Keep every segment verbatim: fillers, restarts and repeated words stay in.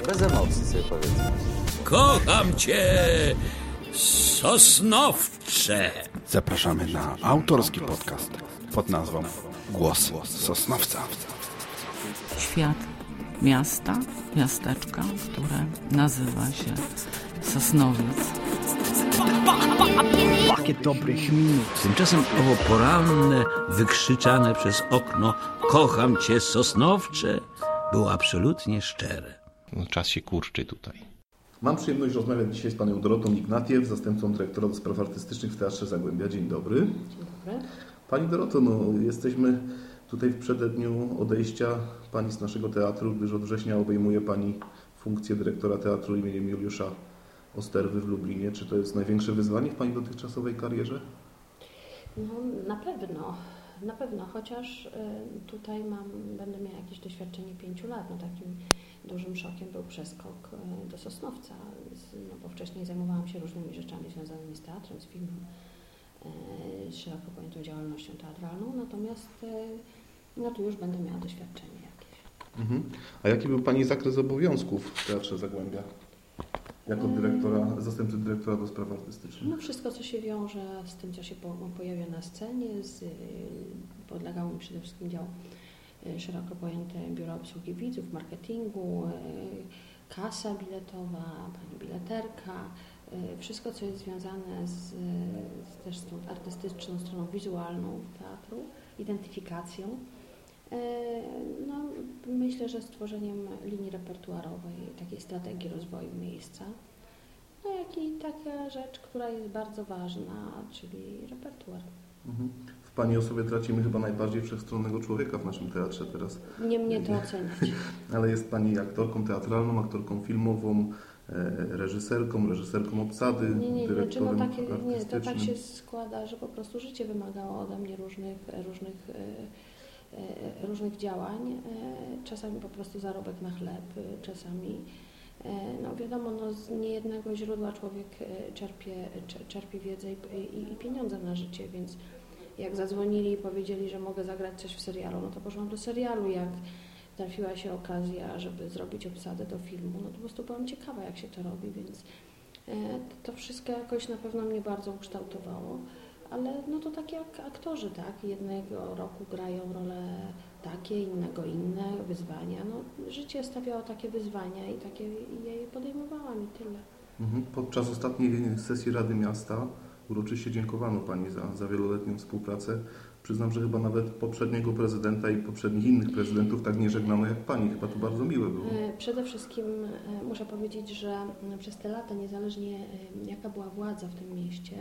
Bez emocji sobie powiedzmy. Kocham cię, Sosnowcze. Zapraszamy na autorski podcast pod nazwą Głos Sosnowca. Świat miasta, miasteczka, które nazywa się Sosnowiec. Pakiet dobrych minut. Tymczasem owo poranne, wykrzyczane przez okno kocham cię, Sosnowcze, było absolutnie szczere. No, czas się kurczy tutaj. Mam przyjemność rozmawiać dzisiaj z panią Dorotą Ignatiew, zastępcą dyrektora do spraw artystycznych w Teatrze Zagłębia. Dzień dobry. Dzień dobry. Pani Doroto, no, jesteśmy tutaj w przededniu odejścia pani z naszego teatru, gdyż od września obejmuje pani funkcję dyrektora teatru imieniem Juliusza Osterwy w Lublinie. Czy to jest największe wyzwanie w pani dotychczasowej karierze? No, na pewno. Na pewno, chociaż tutaj mam, będę miała jakieś doświadczenie pięciu lat. No, takim dużym szokiem był przeskok do Sosnowca, no, bo wcześniej zajmowałam się różnymi rzeczami związanymi z teatrem, z filmem, z szeroko pojętą działalnością teatralną, natomiast no, tu już będę miała doświadczenie jakieś. Mhm. A jaki był pani zakres obowiązków w Teatrze Zagłębia? Jako dyrektora, zastępcy dyrektora do spraw artystycznych? No wszystko, co się wiąże z tym, co się pojawia na scenie, z, podlegało mi przede wszystkim dział szeroko pojęte biuro obsługi widzów, marketingu, kasa biletowa, pani bileterka, wszystko, co jest związane z, z też z tą artystyczną stroną wizualną teatru, identyfikacją. No, myślę, że stworzeniem linii repertuarowej, takiej strategii rozwoju miejsca, no jak i taka rzecz, która jest bardzo ważna, czyli repertuar. Mhm. W pani osobie tracimy chyba najbardziej wszechstronnego człowieka w naszym teatrze teraz. Nie mnie to oceniać. Ale jest pani aktorką teatralną, aktorką filmową, reżyserką, reżyserką obsady, nie, nie, dyrektorem no, takie, nie, to tak się artystycznym. składa, że po prostu życie wymagało ode mnie różnych, różnych różnych działań, czasami po prostu zarobek na chleb, czasami, no wiadomo, no z niejednego źródła człowiek czerpie, czerpie wiedzę i, i, i pieniądze na życie, więc jak zadzwonili i powiedzieli, że mogę zagrać coś w serialu, no to poszłam do serialu. Jak trafiła się okazja, żeby zrobić obsadę do filmu, no to po prostu byłam ciekawa, jak się to robi, więc to wszystko jakoś na pewno mnie bardzo ukształtowało. Ale no to tak jak aktorzy, tak? Jednego roku grają role takie, innego inne, wyzwania. No, życie stawiało takie wyzwania i takie i ja je podejmowałam i tyle. Mhm. Podczas ostatniej sesji Rady Miasta uroczyście dziękowano pani za, za wieloletnią współpracę. Przyznam, że chyba nawet poprzedniego prezydenta i poprzednich innych prezydentów tak nie żegnano jak pani. Chyba to bardzo miłe było. Przede wszystkim muszę powiedzieć, że przez te lata, niezależnie jaka była władza w tym mieście,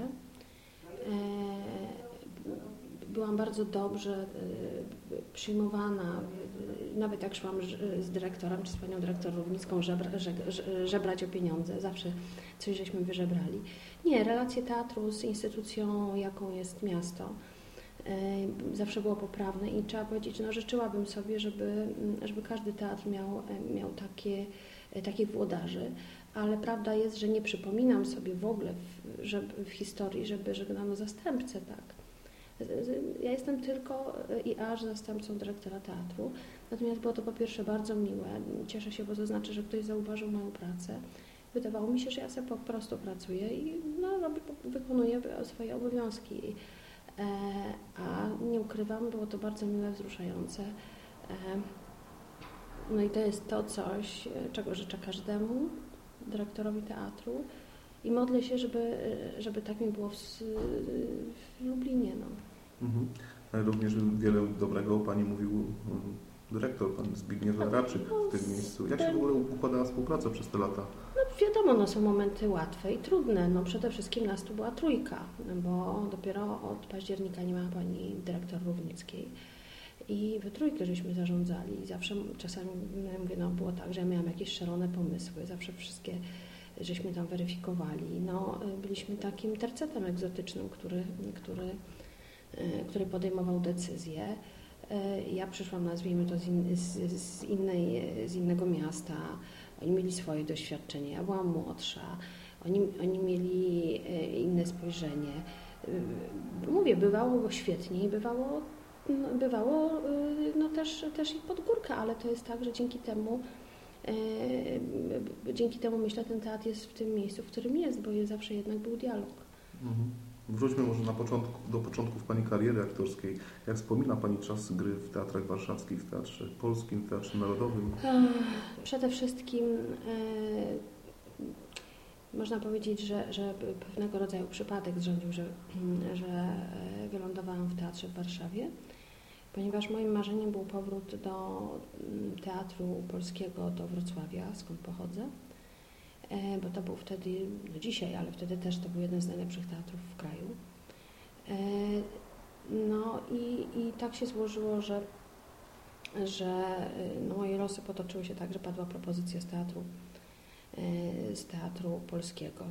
byłam bardzo dobrze przyjmowana, nawet jak szłam z dyrektorem czy z panią dyrektor Równicką żebra, żebrać o pieniądze, zawsze coś żeśmy wyżebrali. Nie, relacje teatru z instytucją, jaką jest miasto, zawsze było poprawne i trzeba powiedzieć, no życzyłabym sobie, żeby, żeby każdy teatr miał, miał takie, takich włodarzy. Ale prawda jest, że nie przypominam sobie w ogóle w, że, w historii, żeby żegnano zastępcę, tak. Ja jestem tylko i aż zastępcą dyrektora teatru, natomiast było to po pierwsze bardzo miłe. Cieszę się, bo to znaczy, że ktoś zauważył moją pracę. Wydawało mi się, że ja sobie po prostu pracuję i no, robię, wykonuję swoje obowiązki. E, a nie ukrywam, było to bardzo miłe, wzruszające. E, no i to jest to coś, czego życzę każdemu dyrektorowi teatru i modlę się, żeby, żeby tak mi było w, w Lublinie. No. Mhm. Ale również wiele dobrego o pani mówił dyrektor, pan Zbigniew Raczyk w tym miejscu. Jak się w ogóle układała współpraca przez te lata? No wiadomo, no, są momenty łatwe i trudne. No, przede wszystkim nas tu była trójka, bo dopiero od października nie ma pani dyrektor Równickiej. I we trójkę żeśmy zarządzali. Zawsze czasami, ja mówię, no było tak, że ja miałam jakieś szalone pomysły. Zawsze wszystkie żeśmy tam weryfikowali. No, byliśmy takim tercetem egzotycznym, który, który, który podejmował decyzje. Ja przyszłam, nazwijmy to, z, in, z, z, innej, z innego miasta. Oni mieli swoje doświadczenie. Ja byłam młodsza. Oni, oni mieli inne spojrzenie. Mówię, bywało świetnie i bywało No, bywało no, też, też i pod górkę, ale to jest tak, że dzięki temu Dzięki temu, myślę, ten teatr jest w tym miejscu, w którym jest, bo zawsze jednak był dialog. Mhm. Wróćmy może na początku, do początków Pani kariery aktorskiej. Jak wspomina Pani czas gry w teatrach warszawskich, w Teatrze Polskim, w Teatrze Narodowym? Przede wszystkim e, można powiedzieć, że, że pewnego rodzaju przypadek zrządził, że, że wylądowałam w teatrze w Warszawie, ponieważ moim marzeniem był powrót do Teatru Polskiego, do Wrocławia, skąd pochodzę, e, bo to był wtedy, no dzisiaj, ale wtedy też to był jeden z najlepszych teatrów w kraju. E, no i, i tak się złożyło, że że no, moje losy potoczyły się tak, że padła propozycja z teatru, z teatru polskiego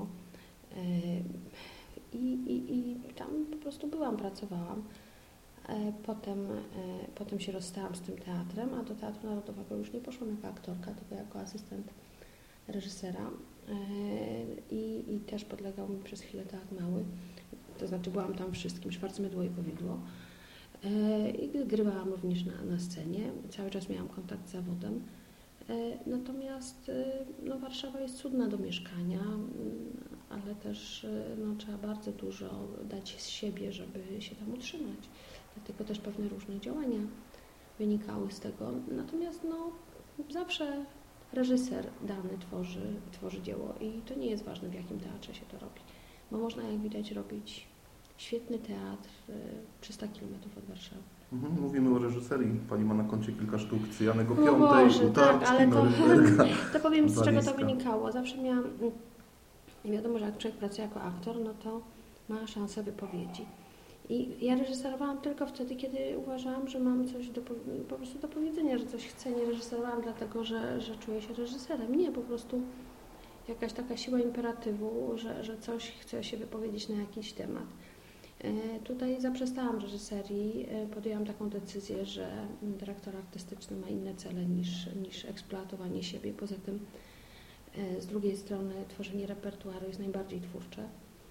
i, i, i tam po prostu byłam, pracowałam. Potem, potem się rozstałam z tym teatrem, a do Teatru Narodowego już nie poszłam jako aktorka, tylko jako asystent reżysera i, i też podlegał mi przez chwilę Teatr Mały, to znaczy byłam tam wszystkim, Szwarcmydło i Powidło. I grywałam również na, na scenie, cały czas miałam kontakt z zawodem. Natomiast no, Warszawa jest cudna do mieszkania, ale też no, trzeba bardzo dużo dać z siebie, żeby się tam utrzymać. Dlatego też pewne różne działania wynikały z tego. Natomiast no, zawsze reżyser dany tworzy, tworzy dzieło i to nie jest ważne, w jakim teatrze się to robi. Bo można, jak widać, robić świetny teatr trzysta kilometrów od Warszawy. Mhm, mówimy o reżyserii. Pani ma na koncie kilka sztuk Cyjanego No Piątej, Boże, Utarczki, tak, ale to, to powiem, z czego Walizka. to wynikało. Zawsze miałam, wiadomo, że jak człowiek pracuje jako aktor, no to ma szansę wypowiedzi. I ja reżyserowałam tylko wtedy, kiedy uważałam, że mam coś do, po prostu do powiedzenia, że coś chcę. Nie reżyserowałam dlatego, że, że czuję się reżyserem. Nie, po prostu jakaś taka siła imperatywu, że, że coś chcę się wypowiedzieć na jakiś temat. Tutaj zaprzestałam reżyserii, podjęłam taką decyzję, że dyrektor artystyczny ma inne cele niż, niż eksploatowanie siebie. Poza tym z drugiej strony tworzenie repertuaru jest najbardziej twórcze.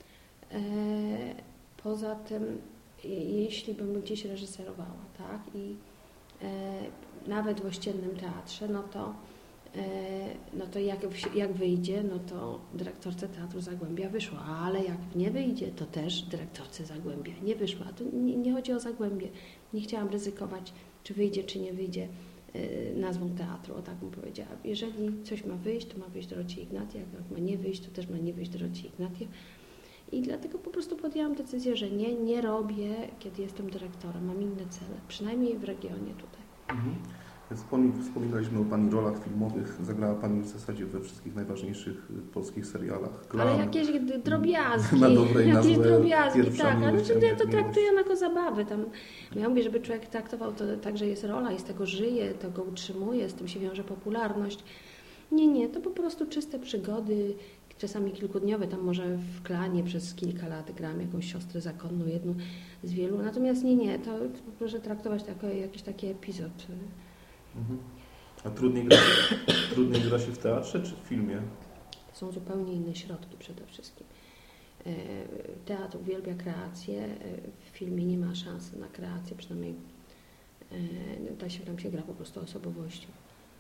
Poza tym, jeśli bym gdzieś reżyserowała, tak, i nawet w ościennym teatrze, no to no to jak, jak wyjdzie, no to dyrektorce Teatru Zagłębia wyszło, ale jak nie wyjdzie, to też dyrektorce Zagłębia nie wyszło. A tu nie, nie chodzi o Zagłębie. Nie chciałam ryzykować, czy wyjdzie, czy nie wyjdzie nazwą teatru, o tak bym powiedziała. Jeżeli coś ma wyjść, to ma wyjść Dorocie Ignatię, jak ma nie wyjść, to też ma nie wyjść Dorocie Ignatię. I dlatego po prostu podjęłam decyzję, że nie, nie robię, kiedy jestem dyrektorem. Mam inne cele, przynajmniej w regionie tutaj. Mhm. Wspominaliśmy o Pani rolach filmowych. Zagrała Pani w zasadzie we wszystkich najważniejszych polskich serialach. Klan, ale jakieś drobiazgi, na dobrej jakieś nazwę, drobiazgi, tak, ale miłość, ja to traktuję jako zabawę. Tam, ja mówię, żeby człowiek traktował to tak, że jest rola i z tego żyje, to go utrzymuje, z tym się wiąże popularność. Nie, nie, to po prostu czyste przygody, czasami kilkudniowe, tam może w Klanie przez kilka lat grałam jakąś siostrę zakonną, jedną z wielu. Natomiast nie, nie, to proszę traktować to jako jakiś taki epizod. Mhm. A trudniej gra, się, trudniej gra się w teatrze czy w filmie? To są zupełnie inne środki przede wszystkim. Teatr uwielbia kreację, w filmie nie ma szansy na kreację, przynajmniej da się, tam się gra po prostu osobowością.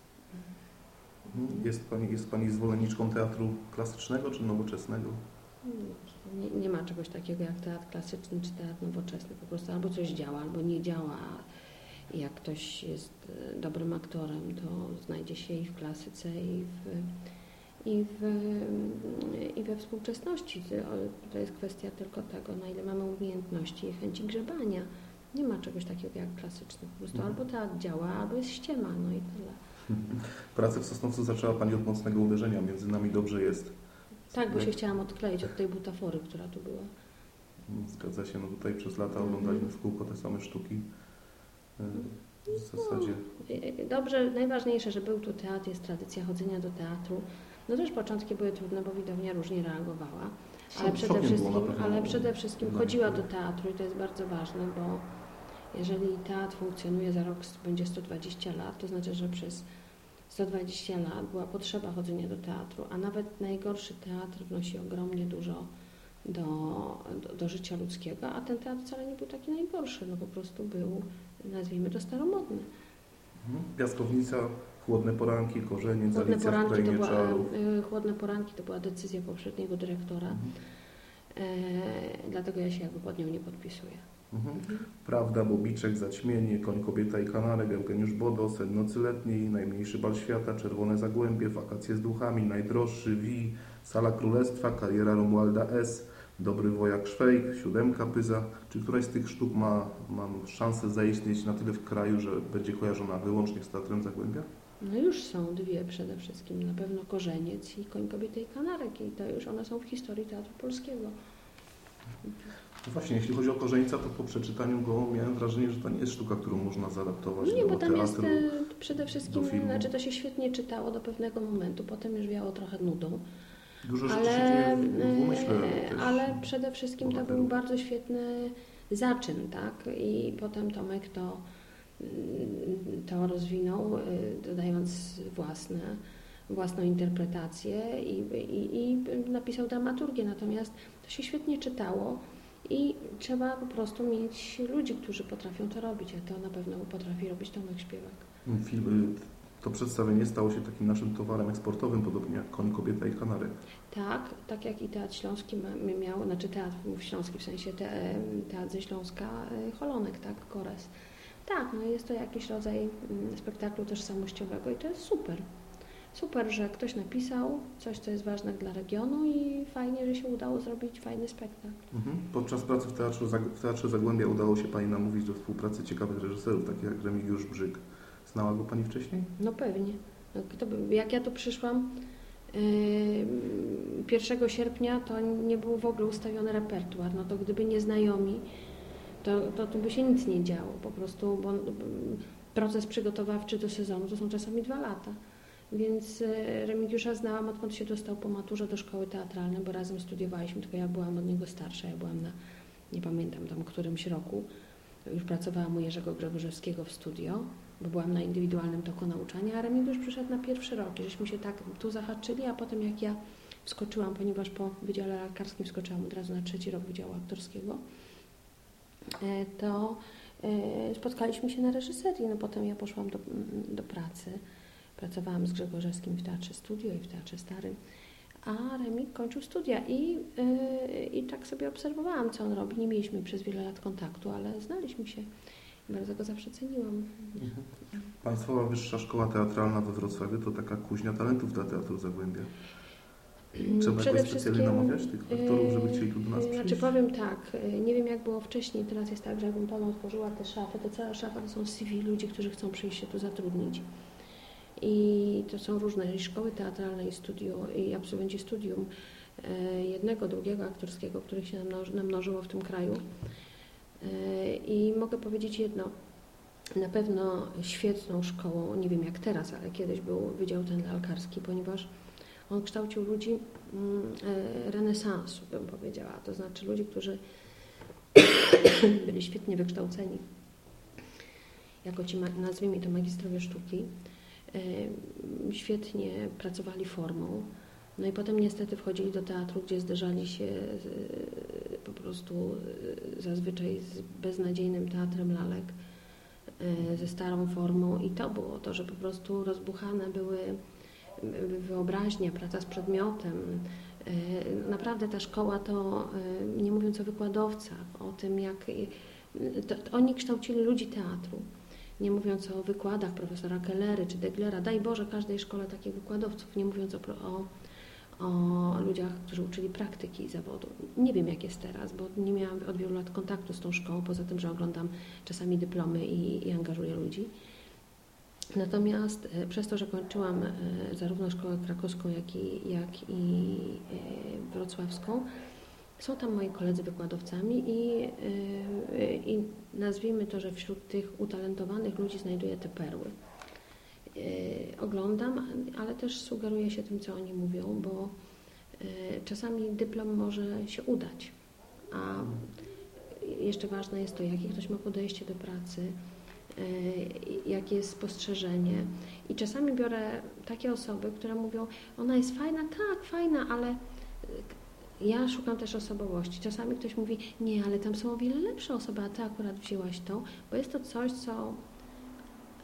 Jest Pani, jest Pani zwolenniczką teatru klasycznego czy nowoczesnego? Nie, nie ma czegoś takiego jak teatr klasyczny czy teatr nowoczesny. Po prostu albo coś działa, albo nie działa. Jak ktoś jest dobrym aktorem, to znajdzie się i w klasyce, i, w, i, w, i we współczesności. To jest kwestia tylko tego, na ile mamy umiejętności i chęci grzebania. Nie ma czegoś takiego jak klasyczny. Po prostu albo teatr działa, albo jest ściema, no i tyle. Pracę w Sosnowcu zaczęła Pani od mocnego uderzenia. Między nami dobrze jest. Tak, bo się chciałam odkleić od tej butafory, która tu była. Zgadza się. No tutaj przez lata oglądaliśmy w kółko te same sztuki. W zasadzie. Dobrze, najważniejsze, że był tu teatr, jest tradycja chodzenia do teatru. No też początki były trudne, bo widownia różnie reagowała, ale przede wszystkim, ale przede wszystkim chodziła do teatru i to jest bardzo ważne, bo jeżeli teatr funkcjonuje, za rok będzie sto dwadzieścia lat, to znaczy, że przez sto dwadzieścia lat była potrzeba chodzenia do teatru, a nawet najgorszy teatr wnosi ogromnie dużo do, do, do życia ludzkiego, a ten teatr wcale nie był taki najgorszy, no po prostu był, nazwijmy to, staromodny. Piaskownica Chłodne poranki, Korzeniec, Chłodne Alicja w poranki, to Krainie była, Czarów. y, chłodne poranki to była decyzja poprzedniego dyrektora, Mhm. e, dlatego ja się jakby pod nią nie podpisuję. Mhm. Mhm. Prawda, Bobiczek, Zaćmienie, Koń, Kobieta i Kanarek, Eugeniusz Bodo, Sen nocy letniej, Najmniejszy bal świata, Czerwone zagłębie, Wakacje z duchami, Najdroższy, Wi, Sala Królestwa, Kariera Romualda S., Dobry wojak Szwejk, Siódemka Pyza. Czy któraś z tych sztuk ma, ma szansę zaistnieć na tyle w kraju, że będzie kojarzona wyłącznie z Teatrem Zagłębia? No już są dwie przede wszystkim, na pewno Korzeniec i Koń, Kobieta i Kanarek i to już one są w historii Teatru Polskiego. No właśnie, jeśli chodzi o Korzeńca, to po przeczytaniu go miałem wrażenie, że to nie jest sztuka, którą można zaadaptować Nie, do bo tam jest teatru. e, przede wszystkim, do filmu. znaczy to się świetnie czytało do pewnego momentu, potem już wiało trochę nudą. Dużo rzeczy Ale, się dzieje w- w umyśle e, też. ale przede wszystkim to był bohaterów. bardzo świetny zaczyn, tak? I potem Tomek to, mm, to rozwinął, y, dodając własne, własną interpretację i, i, i napisał dramaturgię. Natomiast to się świetnie czytało i trzeba po prostu mieć ludzi, którzy potrafią to robić, a to na pewno potrafi robić Tomek Śpiewak. Film, to przedstawienie stało się takim naszym towarem eksportowym, podobnie jak Koń, Kobieta i Kanarek. Tak, tak jak i Teatr Śląski ma, miał, znaczy Teatr Śląski w sensie te, Teatr ze Śląska, Holonek, tak, Kores. Tak, no jest to jakiś rodzaj mm, spektaklu tożsamościowego i to jest super. Super, że ktoś napisał coś, co jest ważne dla regionu i fajnie, że się udało zrobić fajny spektakl. Mhm. Podczas pracy w Teatrze, Zag- w Teatrze Zagłębia udało się Pani namówić do współpracy ciekawych reżyserów, takich jak Remigiusz Brzyk. Znała go Pani wcześniej? No pewnie. No, kto by, jak ja tu przyszłam yy, pierwszego sierpnia, to nie był w ogóle ustawiony repertuar. No to gdyby nie znajomi, to, to tu by się nic nie działo. Po prostu, bo mm, proces przygotowawczy do sezonu to są czasami dwa lata. Więc e, Remigiusza znałam, odkąd się dostał po maturze do szkoły teatralnej, bo razem studiowaliśmy, tylko ja byłam od niego starsza, ja byłam na, nie pamiętam tam, którymś roku, już pracowałam u Jerzego Grzegorzewskiego w studio, bo byłam na indywidualnym toku nauczania, a Remigiusz przyszedł na pierwszy rok i żeśmy się tak tu zahaczyli, a potem jak ja wskoczyłam, ponieważ po Wydziale Lekarskim wskoczyłam od razu na trzeci rok Wydziału Aktorskiego, e, to e, spotkaliśmy się na reżyserii, no potem ja poszłam do, do pracy. Pracowałam z Grzegorzewskim w Teatrze Studio i w Teatrze Starym, a Remik kończył studia i, yy, i tak sobie obserwowałam, co on robi. Nie mieliśmy przez wiele lat kontaktu, ale znaliśmy się i bardzo go zawsze ceniłam. Mhm. Państwowa Wyższa Szkoła Teatralna we Wrocławiu to taka kuźnia talentów dla Teatru Zagłębia. Trzeba Przede jakoś specjalnie namawiać tych aktorów, żeby chcieli tu do nas yy, przyjść? Znaczy powiem tak, yy, nie wiem jak było wcześniej, teraz jest tak, że jakbym Panu otworzyła te szafy, to cała szafa to są C V ludzi, którzy chcą przyjść się tu zatrudnić. I to są różne i szkoły teatralne i studio, i absolwenci studium e, jednego, drugiego aktorskiego, których się namnoży, namnożyło w tym kraju. E, I mogę powiedzieć jedno, na pewno świetną szkołą, nie wiem jak teraz, ale kiedyś był Wydział ten lalkarski, ponieważ on kształcił ludzi mm, e, renesansu, bym powiedziała, to znaczy ludzi, którzy byli świetnie wykształceni, jako ci, nazwijmy to magistrowie sztuki, świetnie pracowali formą. No i potem niestety wchodzili do teatru, gdzie zderzali się z, po prostu zazwyczaj z beznadziejnym teatrem lalek, ze starą formą i to było to, że po prostu rozbuchane były wyobraźnia, praca z przedmiotem. Naprawdę ta szkoła to, nie mówiąc o wykładowcach, o tym jak to, to oni kształcili ludzi teatru. Nie mówiąc o wykładach profesora Kellery czy Deglera, daj Boże każdej szkole takich wykładowców, nie mówiąc o, o, o ludziach, którzy uczyli praktyki zawodu. Nie wiem jak jest teraz, bo nie miałam od wielu lat kontaktu z tą szkołą, poza tym, że oglądam czasami dyplomy i, i angażuję ludzi. Natomiast e, przez to, że kończyłam e, zarówno szkołę krakowską, jak i, jak i e, wrocławską, są tam moi koledzy wykładowcami i, yy, i nazwijmy to, że wśród tych utalentowanych ludzi znajduję te perły. Yy, oglądam, ale też sugeruję się tym, co oni mówią, bo yy, czasami dyplom może się udać, a jeszcze ważne jest to, jakie ktoś ma podejście do pracy, yy, jakie jest spostrzeżenie. I czasami biorę takie osoby, które mówią, ona jest fajna, tak, fajna, ale ja szukam też osobowości. Czasami ktoś mówi, nie, ale tam są o wiele lepsze osoby, a ty akurat wzięłaś to, bo jest to coś, co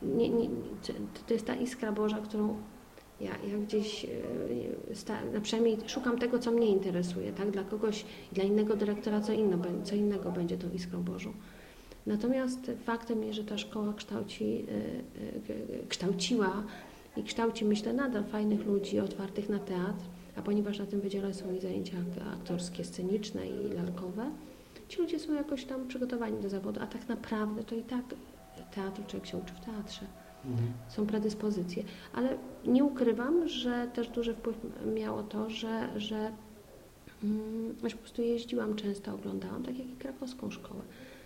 nie, nie, to jest ta iskra Boża, którą ja, ja gdzieś, sta, no przynajmniej szukam tego, co mnie interesuje, tak? Dla kogoś, dla innego dyrektora co, inno, co innego będzie tą iskrą Bożą. Natomiast faktem jest, że ta szkoła kształci, kształciła i kształci, myślę, nadal fajnych ludzi otwartych na teatr, a ponieważ na tym wydziale są i zajęcia aktorskie, sceniczne i lalkowe, ci ludzie są jakoś tam przygotowani do zawodu, a tak naprawdę to i tak teatr, człowiek się uczy w teatrze. Mhm. Są predyspozycje, ale nie ukrywam, że też duży wpływ miało to, że, że mm, po prostu jeździłam często, oglądałam, tak jak i krakowską szkołę.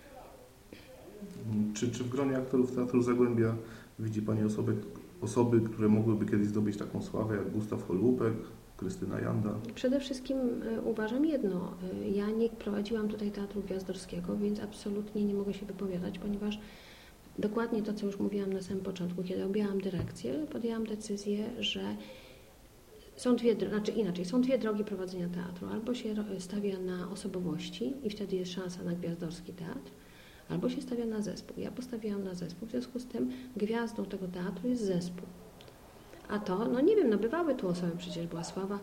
Czy, czy w gronie aktorów Teatru Zagłębia widzi Pani osoby, osoby, które mogłyby kiedyś zdobyć taką sławę jak Gustaw Holubek, Krystyna Janda? Przede wszystkim uważam jedno. Ja nie prowadziłam tutaj Teatru Gwiazdorskiego, więc absolutnie nie mogę się wypowiadać, ponieważ dokładnie to, co już mówiłam na samym początku, kiedy objęłam dyrekcję, podjęłam decyzję, że są dwie, znaczy inaczej, są dwie drogi prowadzenia teatru. Albo się stawia na osobowości i wtedy jest szansa na gwiazdorski teatr, albo się stawia na zespół. Ja postawiłam na zespół, w związku z tym gwiazdą tego teatru jest zespół. A to, no nie wiem, no bywały tu osoby, przecież była Sława,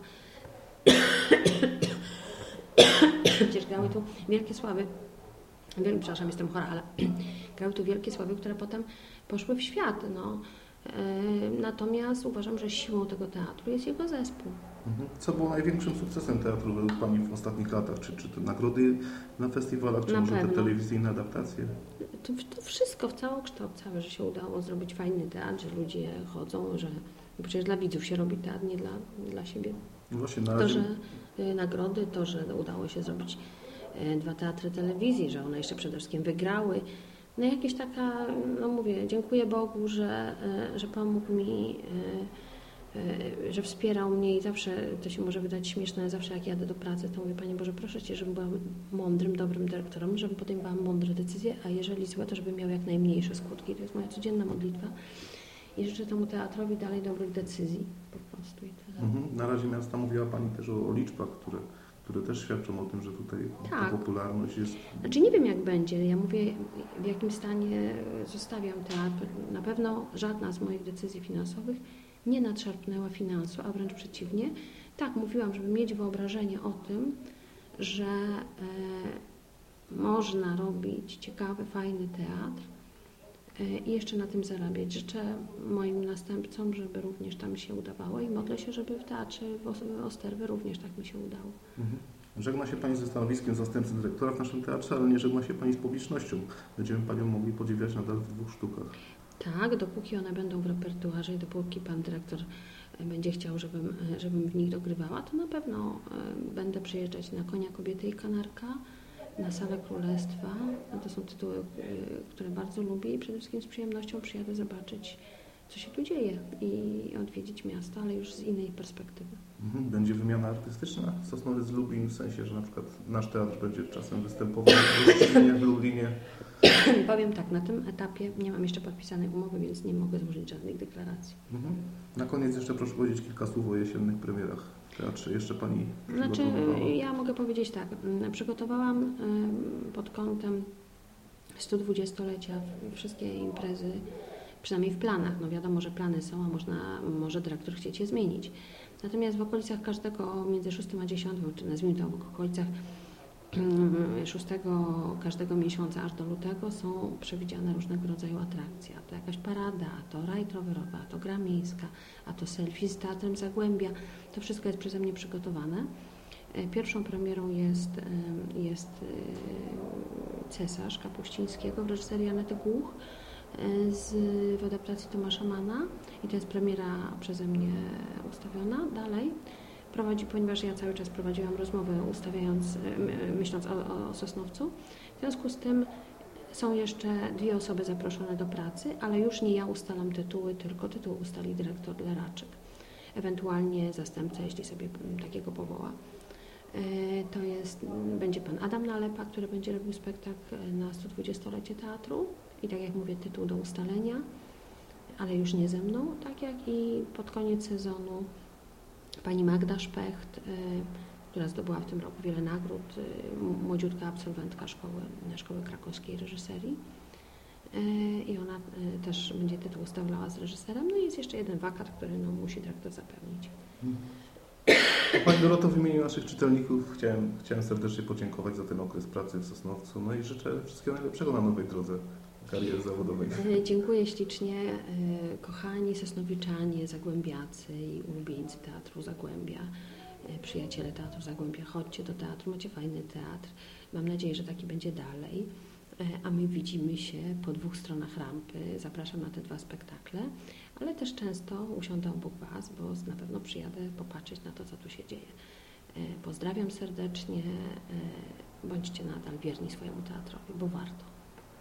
przecież grały tu wielkie sławy, Wiel, przepraszam, jestem chora, ale grały tu wielkie sławy, które potem poszły w świat. No. Yy, natomiast uważam, że siłą tego teatru jest jego zespół. Co było największym sukcesem teatru według Pani w ostatnich latach? Czy, czy te nagrody na festiwalach, czy na może pewno. te telewizyjne adaptacje? To, to wszystko, w całokształt cały, że się udało zrobić fajny teatr, że ludzie chodzą, że przecież dla widzów się robi teatr, nie dla, dla siebie. No właśnie, na to, razie... że y, nagrody, to, że udało się zrobić y, dwa teatry telewizji, że one jeszcze przede wszystkim wygrały. No jakieś taka, no mówię, dziękuję Bogu, że, y, że pomógł mi, y, y, że wspierał mnie i zawsze, to się może wydać śmieszne, ale zawsze jak jadę do pracy, to mówię, Panie Boże, proszę Cię, żebym była mądrym, dobrym dyrektorem, żebym podejmowała mądre decyzje, a jeżeli złe, to żeby miał jak najmniejsze skutki. To jest moja codzienna modlitwa. I życzę temu teatrowi dalej dobrych decyzji po prostu. I tyle. Mhm. Na razie miasta mówiła Pani też o, o liczbach, które, które też świadczą o tym, że tutaj tak. ta popularność jest... Znaczy nie wiem jak będzie. Ja mówię, w jakim stanie zostawiam teatr. Na pewno żadna z moich decyzji finansowych nie nadszarpnęła finansu, a wręcz przeciwnie. Tak, mówiłam, żeby mieć wyobrażenie o tym, że e, można robić ciekawy, fajny teatr i jeszcze na tym zarabiać. Życzę moim następcom, żeby również tam się udawało i modlę się, żeby w Teatrze w Osterwy również tak mi się udało. Mhm. Żegna się Pani ze stanowiskiem zastępcy dyrektora w naszym teatrze, ale nie żegna się Pani z publicznością. Będziemy Panią mogli podziwiać nadal w dwóch sztukach. Tak, dopóki one będą w repertuarze i dopóki Pan Dyrektor będzie chciał, żebym, żebym w nich dogrywała, to na pewno będę przyjeżdżać na Konia, Kobiety i Kanarka, na Salę Królestwa. To są tytuły, które bardzo lubię i przede wszystkim z przyjemnością przyjadę zobaczyć, co się tu dzieje i odwiedzić miasto, ale już z innej perspektywy. Będzie wymiana artystyczna Sosnowiec Lublin, w sensie, że na przykład nasz teatr będzie czasem występował w Lublinie, w Lublinie. Powiem tak, na tym etapie nie mam jeszcze podpisanej umowy, więc nie mogę złożyć żadnych deklaracji. Mhm. Na koniec jeszcze proszę powiedzieć kilka słów o jesiennych premierach w teatrze. Jeszcze Pani Znaczy, ja mogę powiedzieć tak, przygotowałam pod kątem stodwudziestolecia wszystkie imprezy, przynajmniej w planach. No wiadomo, że plany są, a można, może dyrektor chcieć je zmienić. Natomiast w okolicach każdego, między szóstym a dziesiątym, czy nazwijmy to w okolicach szóstego każdego miesiąca aż do lutego są przewidziane różnego rodzaju atrakcje. A to jakaś parada, a to rajd rowerowy, a to gra miejska, a to selfie z Teatrem Zagłębia. To wszystko jest przeze mnie przygotowane. Pierwszą premierą jest, jest Cesarz Kapuścińskiego w reżyserii Anety Głuch z, w adaptacji Tomasza Mana i to jest premiera przeze mnie ustawiona. Dalej prowadzi, ponieważ ja cały czas prowadziłam rozmowę ustawiając, myśląc o, o Sosnowcu. W związku z tym są jeszcze dwie osoby zaproszone do pracy, ale już nie ja ustalam tytuły, tylko tytuł ustali dyrektor Leraczyk. Ewentualnie zastępca, jeśli sobie takiego powoła. To jest, będzie pan Adam Nalepa, który będzie robił spektakl na stodwudziestolecie teatru i tak jak mówię, tytuł do ustalenia, ale już nie ze mną, tak jak i pod koniec sezonu pani Magda Szpecht, która zdobyła w tym roku wiele nagród, młodziutka absolwentka szkoły, szkoły krakowskiej reżyserii. i ona też będzie tytuł ustalała z reżyserem. No i jest jeszcze jeden wakat, który no, musi dyrektor zapełnić. Pani Doroto, w imieniu naszych czytelników chciałem, chciałem serdecznie podziękować za ten okres pracy w Sosnowcu, no i życzę wszystkiego najlepszego na nowej drodze kariery zawodowej. Dziękuję ślicznie. Kochani sosnowiczanie, zagłębiacy i ulubieńcy Teatru Zagłębia, przyjaciele Teatru Zagłębia, chodźcie do teatru, macie fajny teatr. Mam nadzieję, że taki będzie dalej. A my widzimy się po dwóch stronach rampy. Zapraszam na te dwa spektakle, ale też często usiądę obok Was, bo na pewno przyjadę popatrzeć na to, co tu się dzieje. Pozdrawiam serdecznie. Bądźcie nadal wierni swojemu teatrowi, bo warto.